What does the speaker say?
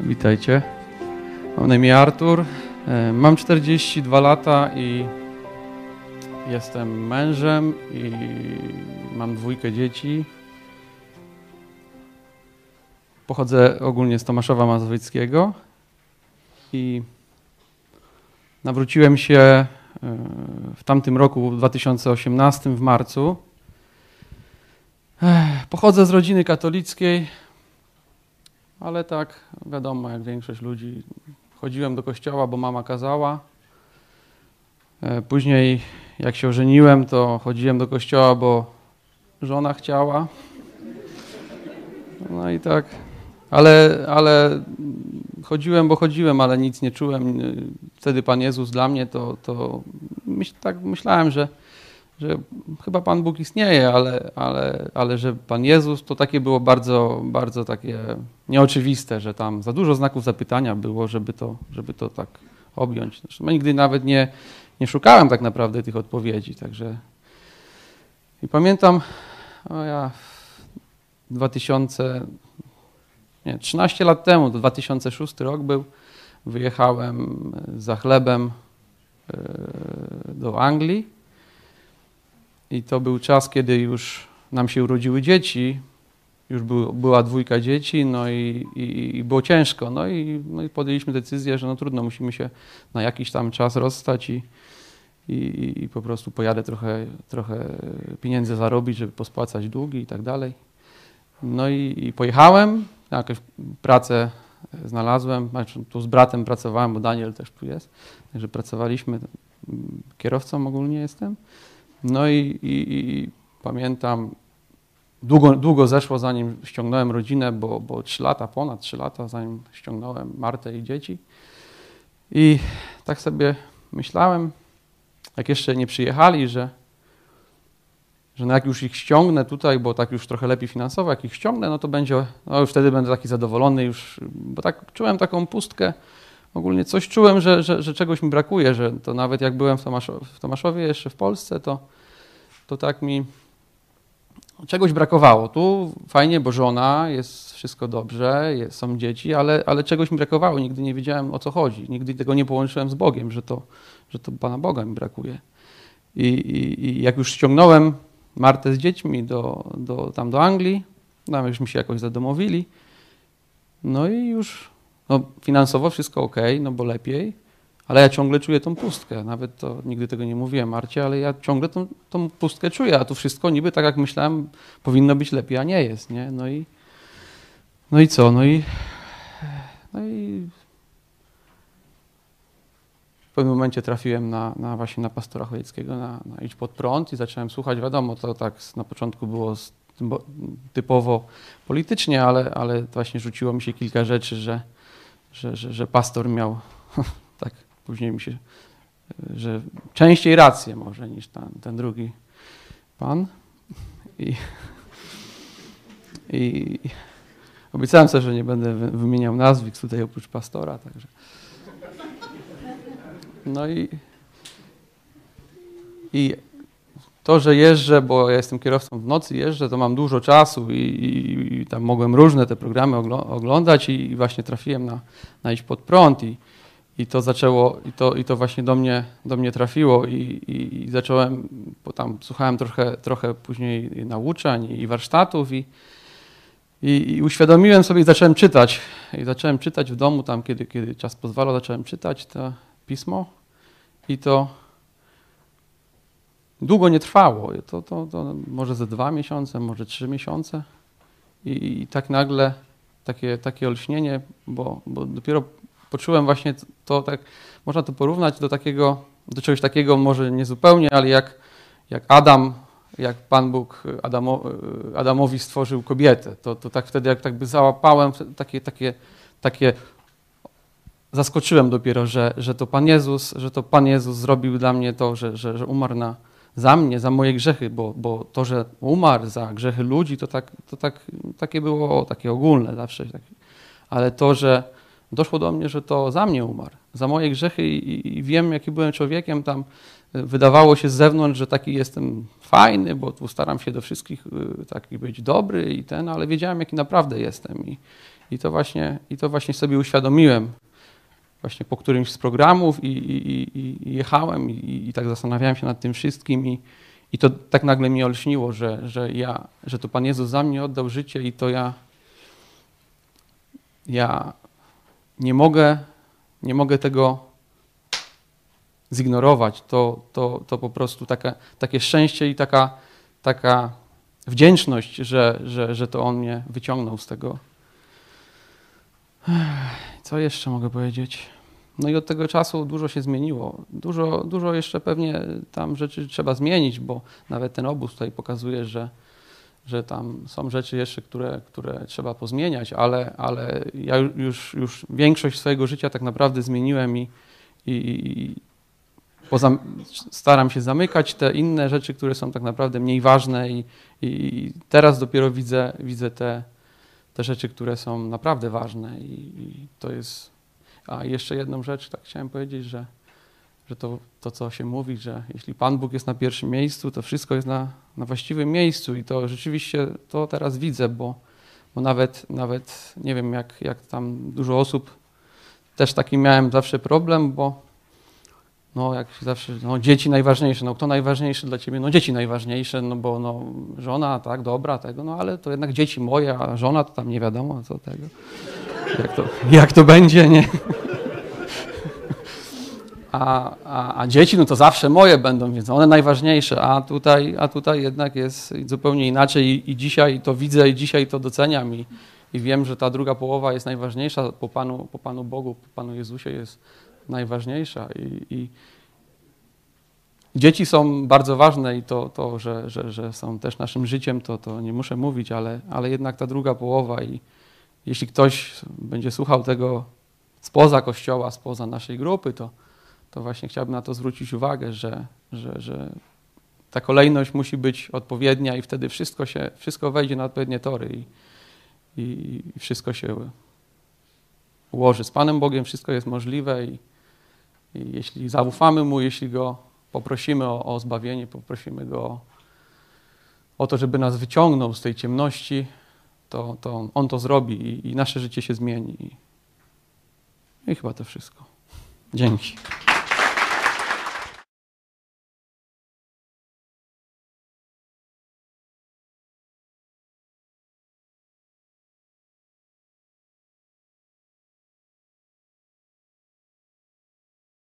Witajcie. Mam na imię Artur. Mam 42 lata i jestem mężem i mam 2 dzieci. Pochodzę ogólnie z Tomaszowa Mazowieckiego i nawróciłem się w tamtym roku, w 2018 w marcu. Pochodzę z rodziny katolickiej, ale tak wiadomo, jak większość ludzi, chodziłem do kościoła, bo mama kazała. Później jak się ożeniłem, to chodziłem do kościoła, bo żona chciała. No i tak, ale chodziłem, bo chodziłem, ale nic nie czułem. Wtedy Pan Jezus dla mnie, tak myślałem, że chyba Pan Bóg istnieje, ale że Pan Jezus, to takie było bardzo, bardzo takie nieoczywiste, że tam za dużo znaków zapytania było, żeby to tak objąć. Zresztą nigdy nawet nie szukałem tak naprawdę tych odpowiedzi, także i pamiętam, 13 lat temu, to 2006 rok był, wyjechałem za chlebem do Anglii i to był czas, kiedy już nam się urodziły dzieci, już była 2 dzieci, no i było ciężko, no i podjęliśmy decyzję, że no trudno, musimy się na jakiś tam czas rozstać i po prostu pojadę trochę pieniędzy zarobić, żeby pospłacać długi i tak dalej. No i pojechałem, jakąś pracę znalazłem, znaczy tu z bratem pracowałem, bo Daniel też tu jest, także pracowaliśmy, kierowcą ogólnie jestem. No i pamiętam, długo zeszło, zanim ściągnąłem rodzinę, bo 3 lata, ponad 3 lata, zanim ściągnąłem Martę i dzieci. I tak sobie myślałem, jak jeszcze nie przyjechali, że no jak już ich ściągnę tutaj, bo tak już trochę lepiej finansowo, jak ich ściągnę, no to już wtedy będę taki zadowolony już, bo tak czułem taką pustkę. Ogólnie coś czułem, że czegoś mi brakuje, że to nawet jak byłem w Tomaszowie jeszcze w Polsce, to tak mi czegoś brakowało. Tu fajnie, bo żona, jest wszystko dobrze, są dzieci, ale czegoś mi brakowało. Nigdy nie wiedziałem, o co chodzi. Nigdy tego nie połączyłem z Bogiem, że to Pana Boga mi brakuje. I jak już ściągnąłem Martę z dziećmi do Anglii, tam już mi się jakoś zadomowili, no i już finansowo wszystko okej, no bo lepiej, ale ja ciągle czuję tą pustkę. Nawet to nigdy tego nie mówiłem Marcie, ale ja ciągle tą pustkę czuję, a tu wszystko niby tak jak myślałem powinno być lepiej, a nie jest, nie? No i co? No i w pewnym momencie trafiłem właśnie na pastora Chojeckiego, na Idź pod prąd i zacząłem słuchać. Wiadomo, to tak na początku było typowo politycznie, ale właśnie rzuciło mi się kilka rzeczy, że pastor miał tak później mi się, że częściej rację może niż ten drugi pan. I obiecałem sobie, że nie będę wymieniał nazwisk tutaj oprócz pastora, także. No i to, że jeżdżę, bo ja jestem kierowcą w nocy, jeżdżę, to mam dużo czasu i tam mogłem różne te programy oglądać i właśnie trafiłem na Idź pod prąd i to zaczęło, i to właśnie do mnie trafiło i zacząłem, bo tam słuchałem trochę później nauczań i warsztatów i uświadomiłem sobie i zacząłem czytać. I zacząłem czytać w domu, tam kiedy czas pozwalał, zacząłem czytać to pismo i to długo nie trwało. To może ze 2 miesiące, może 3 miesiące i tak nagle takie olśnienie, bo dopiero poczułem właśnie to, tak można to porównać do czegoś takiego, może nie zupełnie, ale jak Pan Bóg Adamowi stworzył kobietę, to tak wtedy jak załapałem takie zaskoczyłem dopiero, że to Pan Jezus zrobił dla mnie to, że umarł za mnie, za moje grzechy, bo to, że umarł za grzechy ludzi, takie było takie ogólne zawsze. Ale to, że doszło do mnie, że to za mnie umarł, za moje grzechy i wiem, jaki byłem człowiekiem, tam wydawało się z zewnątrz, że taki jestem fajny, bo tu staram się do wszystkich taki być dobry ale wiedziałem, jaki naprawdę jestem I to właśnie sobie uświadomiłem właśnie po którymś z programów i jechałem i tak zastanawiałem się nad tym wszystkim i to tak nagle mi olśniło, że to Pan Jezus za mnie oddał życie i to ja nie mogę tego zignorować. To po prostu takie szczęście i taka wdzięczność, że to On mnie wyciągnął z tego. Co jeszcze mogę powiedzieć? No i od tego czasu dużo się zmieniło. Dużo jeszcze pewnie tam rzeczy trzeba zmienić, bo nawet ten obóz tutaj pokazuje, że tam są rzeczy jeszcze, które trzeba pozmieniać, ale ja już większość swojego życia tak naprawdę zmieniłem i staram się zamykać te inne rzeczy, które są tak naprawdę mniej ważne i teraz dopiero widzę te rzeczy, które są naprawdę ważne i to jest... A jeszcze jedną rzecz, tak chciałem powiedzieć, że to, co się mówi, że jeśli Pan Bóg jest na pierwszym miejscu, to wszystko jest na właściwym miejscu i to rzeczywiście to teraz widzę, bo nawet nie wiem, jak tam dużo osób, też taki miałem zawsze problem, bo no jak zawsze, no dzieci najważniejsze, no kto najważniejszy dla ciebie? No dzieci najważniejsze, no bo no żona, tak, dobra, tego, no ale to jednak dzieci moje, a żona to tam nie wiadomo, co tego. Jak to będzie, nie? A dzieci, no to zawsze moje będą, więc one najważniejsze, a tutaj jednak jest zupełnie inaczej i dzisiaj to widzę i dzisiaj to doceniam i wiem, że ta druga połowa jest najważniejsza po Panu Bogu, po Panu Jezusie jest najważniejsza i dzieci są bardzo ważne i to że są też naszym życiem, to nie muszę mówić, ale jednak ta druga połowa i jeśli ktoś będzie słuchał tego spoza Kościoła, spoza naszej grupy, to właśnie chciałbym na to zwrócić uwagę, że ta kolejność musi być odpowiednia i wtedy wszystko wejdzie na odpowiednie tory i wszystko się ułoży. Z Panem Bogiem wszystko jest możliwe i jeśli zaufamy Mu, jeśli Go poprosimy o zbawienie, poprosimy Go o to, żeby nas wyciągnął z tej ciemności, to On to zrobi i nasze życie się zmieni. I chyba to wszystko. Dzięki.